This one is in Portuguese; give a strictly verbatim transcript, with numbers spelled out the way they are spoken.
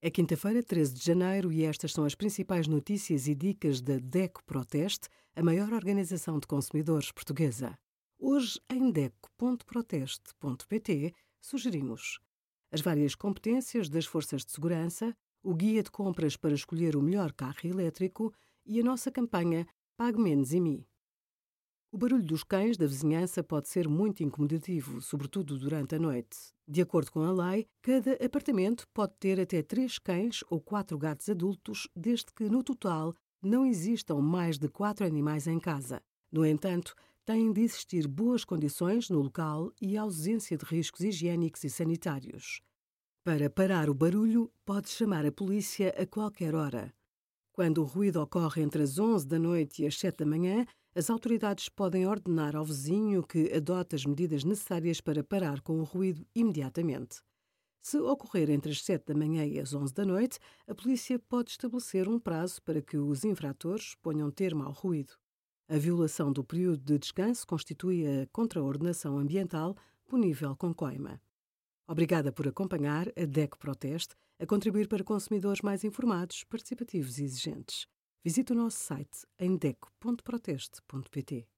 É quinta-feira, treze de janeiro, e estas são as principais notícias e dicas da DECO Proteste, a maior organização de consumidores portuguesa. Hoje, em deco ponto proteste ponto pt, sugerimos as várias competências das forças de segurança, o guia de compras para escolher o melhor carro elétrico e a nossa campanha Pague Menos em Mim. O barulho dos cães da vizinhança pode ser muito incomodativo, sobretudo durante a noite. De acordo com a lei, cada apartamento pode ter até três cães ou quatro gatos adultos, desde que, no total, não existam mais de quatro animais em casa. No entanto, têm de existir boas condições no local e ausência de riscos higiênicos e sanitários. Para parar o barulho, pode chamar a polícia a qualquer hora. Quando o ruído ocorre entre as onze da noite e as sete da manhã, as autoridades podem ordenar ao vizinho que adote as medidas necessárias para parar com o ruído imediatamente. Se ocorrer entre as sete da manhã e as onze da noite, a polícia pode estabelecer um prazo para que os infratores ponham termo ao ruído. A violação do período de descanso constitui a contraordenação ambiental punível com coima. Obrigada por acompanhar a DECO Proteste, a contribuir para consumidores mais informados, participativos e exigentes. Visite o nosso site em deco ponto proteste ponto pt.